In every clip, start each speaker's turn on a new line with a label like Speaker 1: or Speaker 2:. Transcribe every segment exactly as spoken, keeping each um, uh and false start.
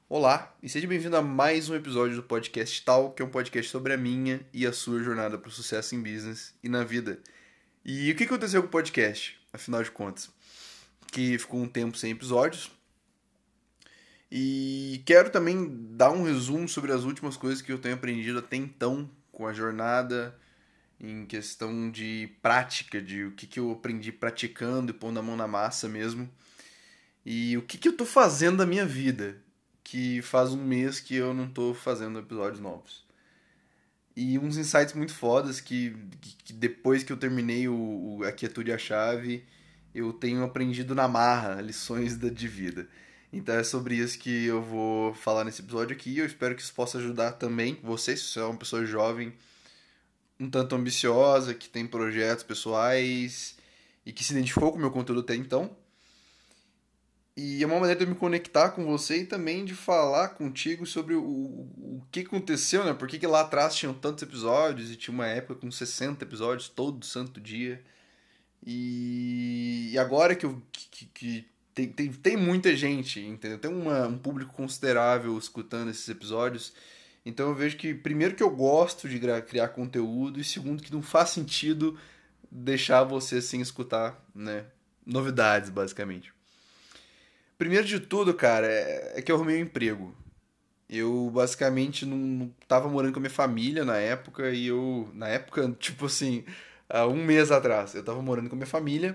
Speaker 1: Olá, e seja bem-vindo a mais um episódio do Podcast Tal, que é um podcast sobre a minha e a sua jornada para o sucesso em business e na vida. E o que aconteceu com o podcast, afinal de contas? Que ficou um tempo sem episódios. E quero também dar um resumo sobre as últimas coisas que eu tenho aprendido até então com a jornada, em questão de prática, de o que, que eu aprendi praticando e pondo a mão na massa mesmo. E o que, que eu tô fazendo da minha vida, que faz um mês que eu não tô fazendo episódios novos. E uns insights muito fodas que, que, que depois que eu terminei o, o, a Quietude e a Chave, eu tenho aprendido na marra lições da, de vida. Então é sobre isso que eu vou falar nesse episódio aqui. Eu espero que isso possa ajudar também você, se você é uma pessoa jovem, um tanto ambiciosa, que tem projetos pessoais e que se identificou com o meu conteúdo até então. E é uma maneira de eu me conectar com você e também de falar contigo sobre o, o, que aconteceu, né? Por que, que lá atrás tinham tantos episódios e tinha uma época com sessenta episódios todo santo dia. E, e agora que, eu, que, que tem, tem, tem muita gente, entendeu? Tem uma, um público considerável escutando esses episódios. Então eu vejo que, primeiro, que eu gosto de criar conteúdo e, segundo, que não faz sentido deixar você sem escutar, né? Novidades, basicamente. Primeiro de tudo, cara, é é que eu arrumei um emprego. Eu basicamente não, não tava morando com a minha família na época e eu, na época, tipo assim, há um mês atrás, eu tava morando com a minha família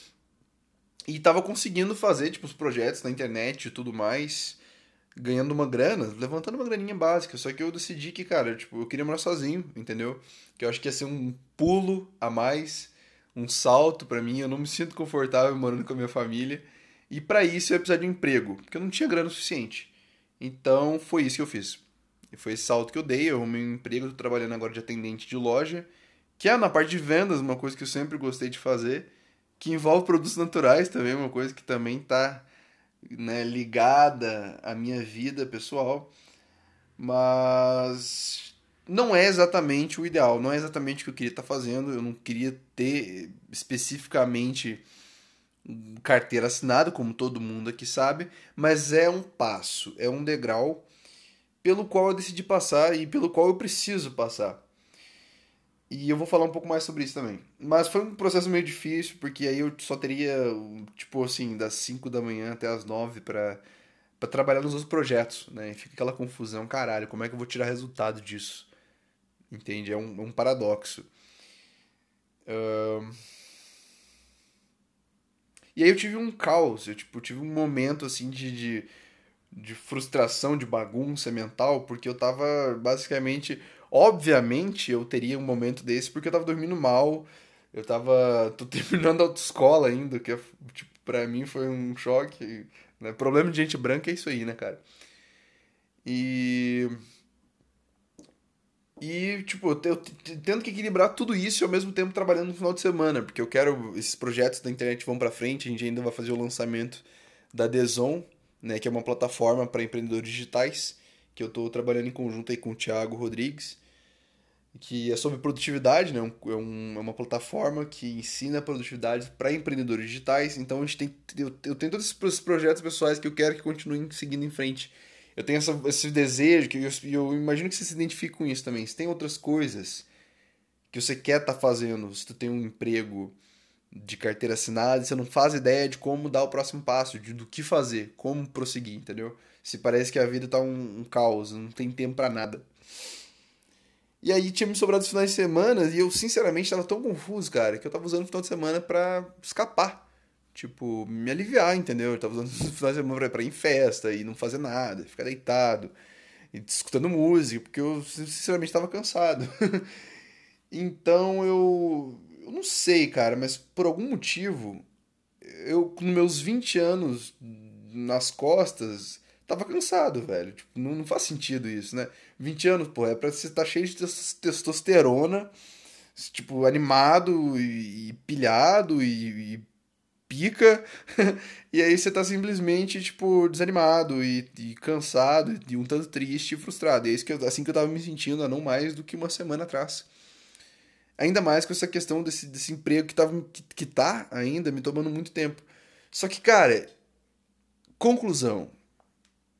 Speaker 1: e tava conseguindo fazer, tipo, os projetos na internet e tudo mais, ganhando uma grana, levantando uma graninha básica. Só que eu decidi que, cara, tipo, eu queria morar sozinho, entendeu? Que eu acho que ia ser um pulo a mais, um salto pra mim. Eu não me sinto confortável morando com a minha família. E pra isso eu ia precisar de um emprego, porque eu não tinha grana o suficiente. Então foi isso que eu fiz. E foi esse salto que eu dei. Eu arrumei um emprego, tô trabalhando agora de atendente de loja, que é na parte de vendas, uma coisa que eu sempre gostei de fazer, que envolve produtos naturais também, uma coisa que também tá, né, ligada à minha vida pessoal, mas não é exatamente o ideal, não é exatamente o que eu queria estar fazendo. Eu não queria ter especificamente carteira assinada, como todo mundo aqui sabe, mas é um passo, é um degrau pelo qual eu decidi passar e pelo qual eu preciso passar. E eu vou falar um pouco mais sobre isso também. Mas foi um processo meio difícil, porque aí eu só teria, tipo assim, das cinco da manhã até as nove para para trabalhar nos outros projetos, né? E fica aquela confusão, caralho, como é que eu vou tirar resultado disso? Entende? É um, é um paradoxo. E aí eu tive um caos, eu tipo, tive um momento assim de, de, de frustração, de bagunça mental, porque eu tava basicamente. Obviamente eu teria um momento desse porque eu tava dormindo mal, eu tava. Tô terminando a autoescola ainda, que é, tipo, pra mim foi um choque. Né? Problema de gente branca é isso aí, né, cara? E. E, tipo, eu te- eu te- tendo que equilibrar tudo isso e ao mesmo tempo trabalhando no final de semana, porque eu quero. Esses projetos da internet vão pra frente, a gente ainda vai fazer o lançamento da Dezon, né, que é uma plataforma para empreendedores digitais, que eu estou trabalhando em conjunto aí com o Thiago Rodrigues, que é sobre produtividade, né, um- é, um- é uma plataforma que ensina produtividade para empreendedores digitais. Então a gente tem, eu, eu tenho todos esses projetos pessoais que eu quero que continuem seguindo em frente. Eu tenho essa- esse desejo, que eu, eu imagino que você se identifique com isso também. Se tem outras coisas que você quer estar fazendo, se tu tem um emprego de carteira assinada e você não faz ideia de como dar o próximo passo, de, do que fazer, como prosseguir, entendeu? Se parece que a vida tá um, um caos, não tem tempo pra nada. E aí tinha me sobrado os finais de semana e eu sinceramente tava tão confuso, cara, que eu tava usando o final de semana pra escapar. Tipo, me aliviar, entendeu? Eu tava usando os finais de semana pra, pra ir em festa e não fazer nada, ficar deitado e escutando música, porque eu sinceramente tava cansado. Então eu. Eu não sei, cara, mas por algum motivo eu, com meus vinte anos nas costas, tava cansado, velho. Tipo, não, não faz sentido isso, né? Vinte anos, pô, é pra você estar cheio de testosterona, tipo, animado e, e pilhado e, e pica, e aí você tá simplesmente, tipo, desanimado e, e cansado e um tanto triste e frustrado. E é isso que eu, assim que eu tava me sentindo há não mais do que uma semana atrás. Ainda mais com essa questão desse, desse emprego que, tava, que, que tá ainda me tomando muito tempo. Só que, cara, conclusão.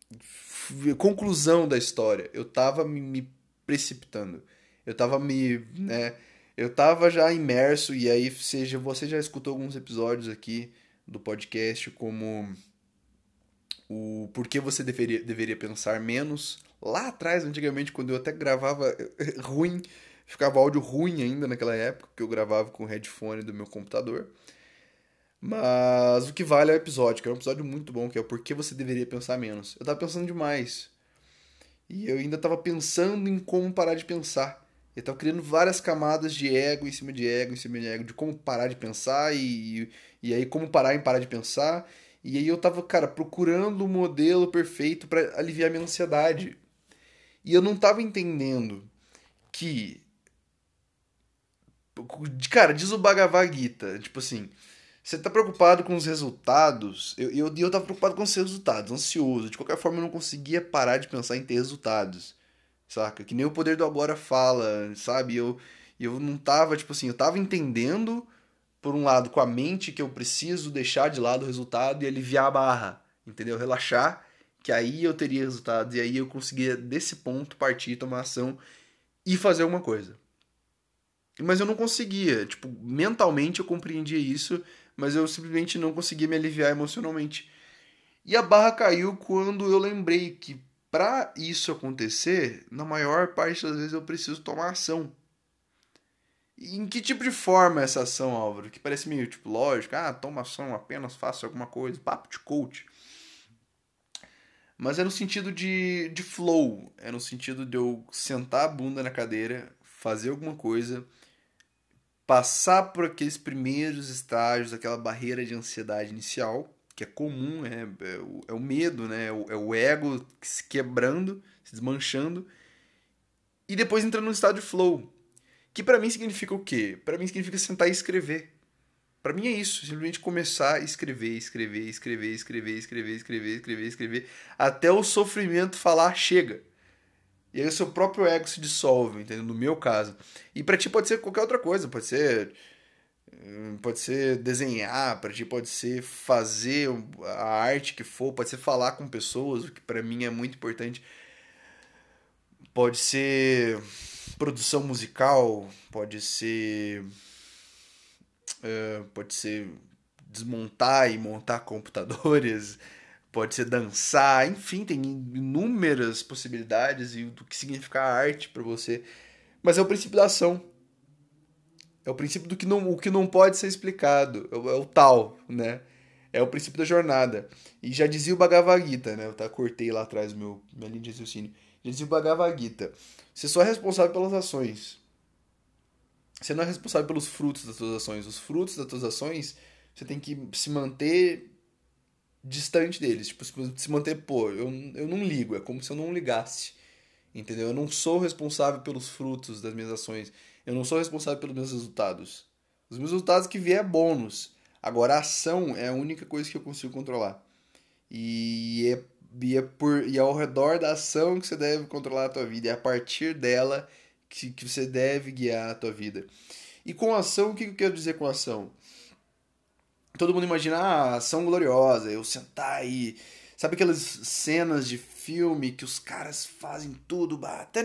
Speaker 1: conclusão da história. Eu tava me, me precipitando. Eu tava me, né, eu tava já imerso e aí seja você já escutou alguns episódios aqui do podcast como o porquê você deveria, deveria pensar menos. Lá atrás, antigamente, quando eu até gravava ruim, ficava áudio ruim ainda naquela época, que eu gravava com o headphone do meu computador. Mas o que vale é o episódio, que é um episódio muito bom, que é o porquê você deveria pensar menos. Eu tava pensando demais. E eu ainda tava pensando em como parar de pensar. Eu tava criando várias camadas de ego em cima de ego, em cima de ego, de como parar de pensar e, e aí como parar em parar de pensar. E aí eu tava, cara, procurando o modelo perfeito pra aliviar minha ansiedade. E eu não tava entendendo que, cara, diz o Bhagavad Gita, tipo assim, você tá preocupado com os resultados? Eu, eu, eu tava preocupado com os resultados, ansioso. De qualquer forma, eu não conseguia parar de pensar em ter resultados, saca? Que nem o Poder do Agora fala, sabe? Eu, eu não tava, tipo assim, eu tava entendendo, por um lado, com a mente que eu preciso deixar de lado o resultado e aliviar a barra, entendeu? Relaxar, que aí eu teria resultados e aí eu conseguia, desse ponto, partir, tomar ação e fazer alguma coisa. Mas eu não conseguia. Tipo, mentalmente eu compreendia isso, mas eu simplesmente não conseguia me aliviar emocionalmente. E a barra caiu quando eu lembrei que pra isso acontecer, na maior parte das vezes eu preciso tomar ação. E em que tipo de forma é essa ação, Álvaro? Que parece meio tipo lógico, ah, toma ação, apenas faça alguma coisa, papo de coach. Mas é no sentido de, de flow, é no sentido de eu sentar a bunda na cadeira, fazer alguma coisa, passar por aqueles primeiros estágios, aquela barreira de ansiedade inicial, que é comum, é, é, o, é o medo, né? É o, é o ego se quebrando, se desmanchando, e depois entrar no estado de flow, que pra mim significa o quê? Pra mim significa sentar e escrever. Pra mim é isso, simplesmente começar a escrever, escrever, escrever, escrever, escrever, escrever, escrever, escrever, até o sofrimento falar chega. E aí o seu próprio ego se dissolve, entendeu? No meu caso. E pra ti pode ser qualquer outra coisa, pode ser pode ser desenhar, para ti pode ser fazer a arte que for, pode ser falar com pessoas, o que para mim é muito importante. Pode ser produção musical, pode ser pode ser desmontar e montar computadores, pode ser dançar, enfim, tem inúmeras possibilidades e do que significa arte para você. Mas é o princípio da ação. É o princípio do que não, o que não pode ser explicado. É o, é o tal, né? É o princípio da jornada. E já dizia o Bhagavad Gita, né? Eu tá, cortei lá atrás meu, minha linha de raciocínio. Já dizia o Bhagavad Gita. Você só é responsável pelas ações. Você não é responsável pelos frutos das suas ações. Os frutos das suas ações, você tem que se manter distante deles. Tipo, se manter, pô, eu, eu não ligo. É como se eu não ligasse. Entendeu? Eu não sou responsável pelos frutos das minhas ações. Eu não sou responsável pelos meus resultados. Os meus resultados que vier é bônus. Agora a ação é a única coisa que eu consigo controlar. E é, e é, por, e é ao redor da ação que você deve controlar a tua vida. É a partir dela que, que você deve guiar a tua vida. E com ação, o que eu quero dizer com ação? Todo mundo imagina, ah, ação gloriosa, eu sentar e... Sabe aquelas cenas de filme que os caras fazem tudo,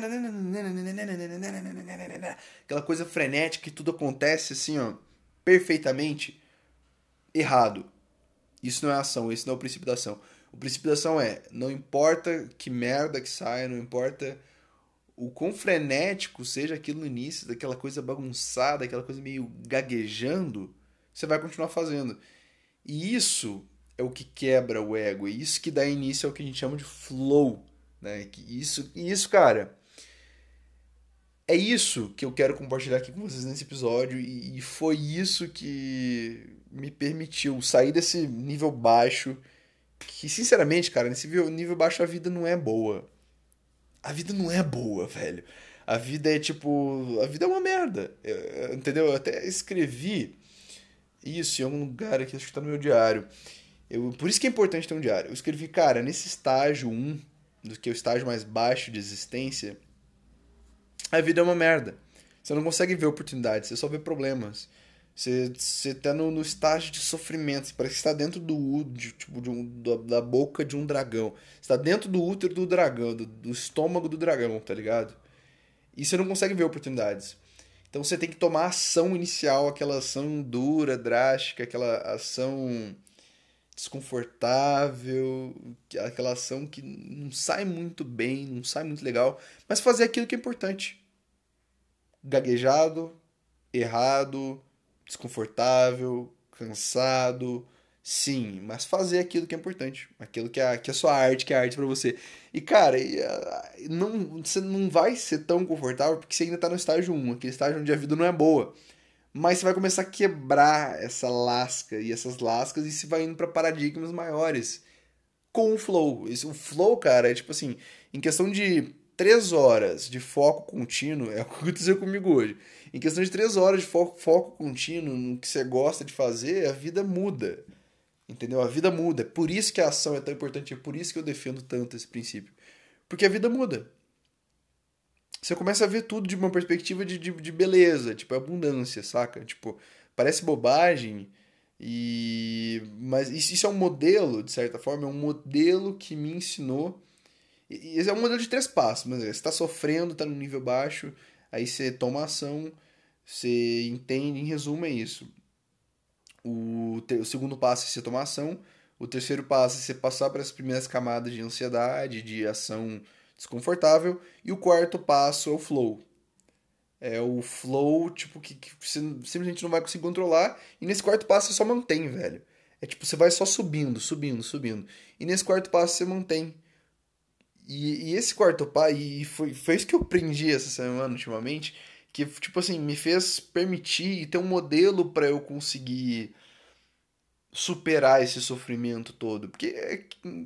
Speaker 1: aquela coisa frenética que tudo acontece assim, ó, perfeitamente errado. Isso não é ação, isso não é o princípio da ação. O princípio da ação é, não importa que merda que saia, não importa o quão frenético seja aquilo no início, daquela coisa bagunçada, aquela coisa meio gaguejando, você vai continuar fazendo. E isso é o que quebra o ego, é isso que dá início ao que a gente chama de flow, né? Que isso, isso, cara, é isso que eu quero compartilhar aqui com vocês nesse episódio e, e foi isso que me permitiu sair desse nível baixo, que sinceramente, cara, nesse nível, nível baixo a vida não é boa. A vida não é boa, velho. A vida é tipo, a vida é uma merda, eu- entendeu? Eu até escrevi isso em algum lugar aqui, acho que tá no meu diário. Eu, por isso que é importante ter um diário. Eu escrevi, cara, nesse estágio um do que é o estágio mais baixo de existência, a vida é uma merda. Você não consegue ver oportunidades, você só vê problemas. Você, você tá no, no estágio de sofrimento. Você parece que está dentro do ú- de, tipo, de um, da, da boca de um dragão. Você tá dentro do útero do dragão, do, do estômago do dragão, tá ligado? E você não consegue ver oportunidades. Então você tem que tomar ação inicial, aquela ação dura, drástica, aquela ação desconfortável, aquela ação que não sai muito bem, não sai muito legal, mas fazer aquilo que é importante. Gaguejado, errado, desconfortável, cansado, sim, mas fazer aquilo que é importante, aquilo que é, que é a sua arte, que é a arte pra você. E cara, e, ah, não, você não vai ser tão confortável porque você ainda tá no estágio um, aquele estágio onde a vida não é boa. Mas você vai começar a quebrar essa lasca e essas lascas e você vai indo pra paradigmas maiores com o flow. Esse, o flow, cara, é tipo assim, em questão de três horas de foco contínuo, é o que aconteceu comigo hoje. Em questão de três horas de foco, foco contínuo no que você gosta de fazer, a vida muda. Entendeu? A vida muda. É por isso que a ação é tão importante, é por isso que eu defendo tanto esse princípio. Porque a vida muda. Você começa a ver tudo de uma perspectiva de, de, de beleza, tipo, abundância, saca? Tipo, parece bobagem, e mas isso, isso é um modelo, de certa forma, é um modelo que me ensinou. E esse é um modelo de três passos, mas você está sofrendo, está no nível baixo, aí você toma ação, você entende, em resumo é isso. O, te- o segundo passo é você tomar ação, o terceiro passo é você passar para as primeiras camadas de ansiedade, de ação desconfortável, e o quarto passo é o flow. É o flow, tipo, que, que você simplesmente não vai conseguir controlar, e nesse quarto passo você só mantém, velho. É tipo, você vai só subindo, subindo, subindo. E nesse quarto passo você mantém. E, e esse quarto passo, e foi, foi isso que eu aprendi essa semana ultimamente, que, tipo assim, me fez permitir ter um modelo para eu conseguir superar esse sofrimento todo. Porque é,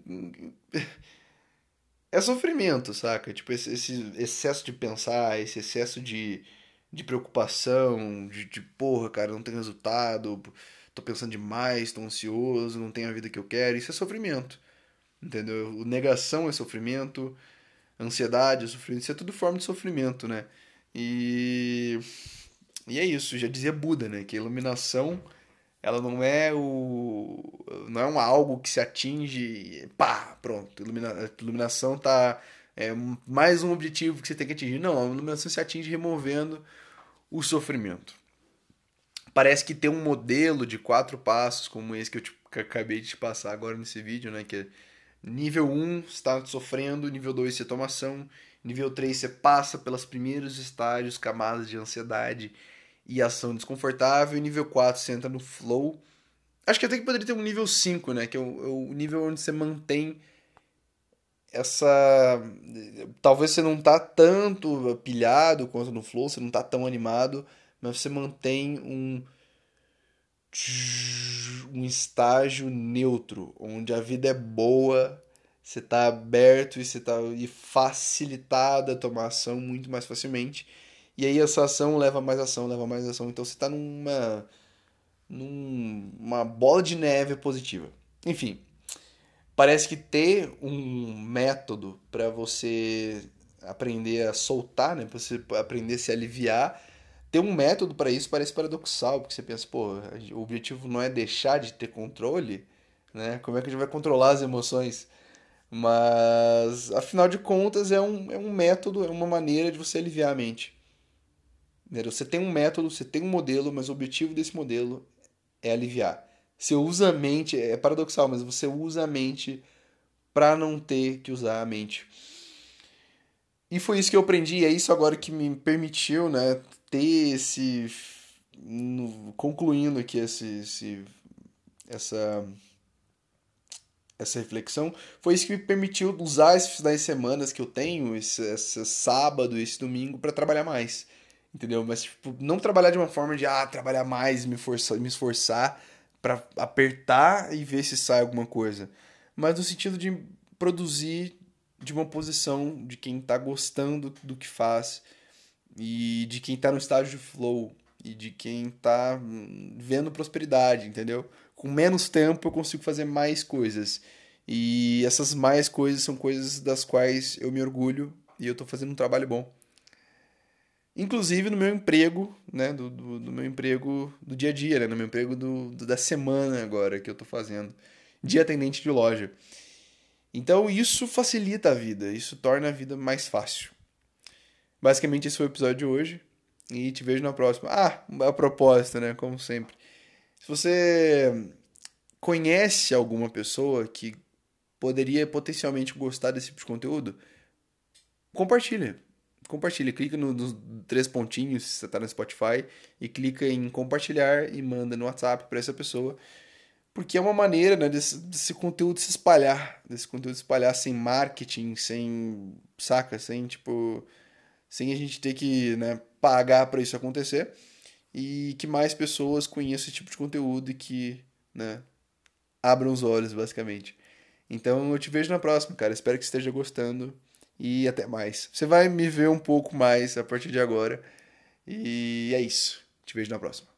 Speaker 1: é sofrimento, saca? Tipo, esse, esse excesso de pensar, esse excesso de, de preocupação, de, de porra, cara, não tem resultado, tô pensando demais, tô ansioso, não tenho a vida que eu quero. Isso é sofrimento, entendeu? Negação é sofrimento, ansiedade é sofrimento, isso é tudo forma de sofrimento, né? E, e é isso, já dizia Buda, né? Que a iluminação, ela não é o não é um algo que se atinge, pá, pronto, ilumina, a iluminação tá é mais um objetivo que você tem que atingir. Não, a iluminação se atinge removendo o sofrimento. Parece que tem um modelo de quatro passos como esse que eu te, que acabei de te passar agora nesse vídeo, né, que é nível um está sofrendo, nível dois você toma ação, nível três você passa pelos primeiros estágios, camadas de ansiedade e ação desconfortável, e nível quatro você entra no flow. Acho que até que poderia ter um nível cinco, né? Que é o, é o nível onde você mantém essa. Talvez você não tá tanto pilhado quanto no flow, você não tá tão animado, mas você mantém um. Um estágio neutro, onde a vida é boa, você tá aberto e você tá e facilitado a tomar ação muito mais facilmente. E aí essa ação leva mais ação, leva mais ação. Então você tá numa numa bola de neve positiva. Enfim, parece que ter um método para você aprender a soltar, né, para você aprender a se aliviar, ter um método para isso parece paradoxal, porque você pensa, pô, o objetivo não é deixar de ter controle, né? Como é que a gente vai controlar as emoções? Mas, afinal de contas, é um, é um método, é uma maneira de você aliviar a mente. Entendeu? Você tem um método, você tem um modelo, mas o objetivo desse modelo é aliviar. Você usa a mente, é paradoxal, mas você usa a mente para não ter que usar a mente. E foi isso que eu aprendi, e é isso agora que me permitiu, né, ter esse no- concluindo aqui esse, esse essa essa reflexão, foi isso que me permitiu usar esses finais de semanas que eu tenho, esse, esse sábado, esse domingo para trabalhar mais. Entendeu? Mas tipo, não trabalhar de uma forma de ah, trabalhar mais, me forçar, me esforçar para apertar e ver se sai alguma coisa, mas no sentido de produzir de uma posição de quem tá gostando do que faz e de quem tá no estágio de flow e de quem tá hum, vendo prosperidade, entendeu? Com menos tempo eu consigo fazer mais coisas. E essas mais coisas são coisas das quais eu me orgulho e eu tô fazendo um trabalho bom. Inclusive no meu emprego, né? Do, do, do meu emprego do dia a dia, né? No meu emprego do, do- da semana agora que eu tô fazendo. De atendente de loja. Então isso facilita a vida, isso torna a vida mais fácil. Basicamente esse foi o episódio de hoje. E te vejo na próxima. Ah, a propósito, né? Como sempre. Se você conhece alguma pessoa que poderia potencialmente gostar desse tipo de conteúdo, compartilha. Compartilha. Clica no- nos três pontinhos se você está no Spotify e clica em compartilhar e manda no WhatsApp para essa pessoa. Porque é uma maneira, né, desse, desse conteúdo se espalhar. Desse conteúdo se espalhar sem marketing, sem, saca? Sem, tipo, sem a gente ter que, né, pagar para isso acontecer. E que mais pessoas conheçam esse tipo de conteúdo e que, né, abram os olhos, basicamente. Então eu te vejo na próxima, cara. Espero que esteja gostando e até mais. Você vai me ver um pouco mais a partir de agora. E é isso. Te vejo na próxima.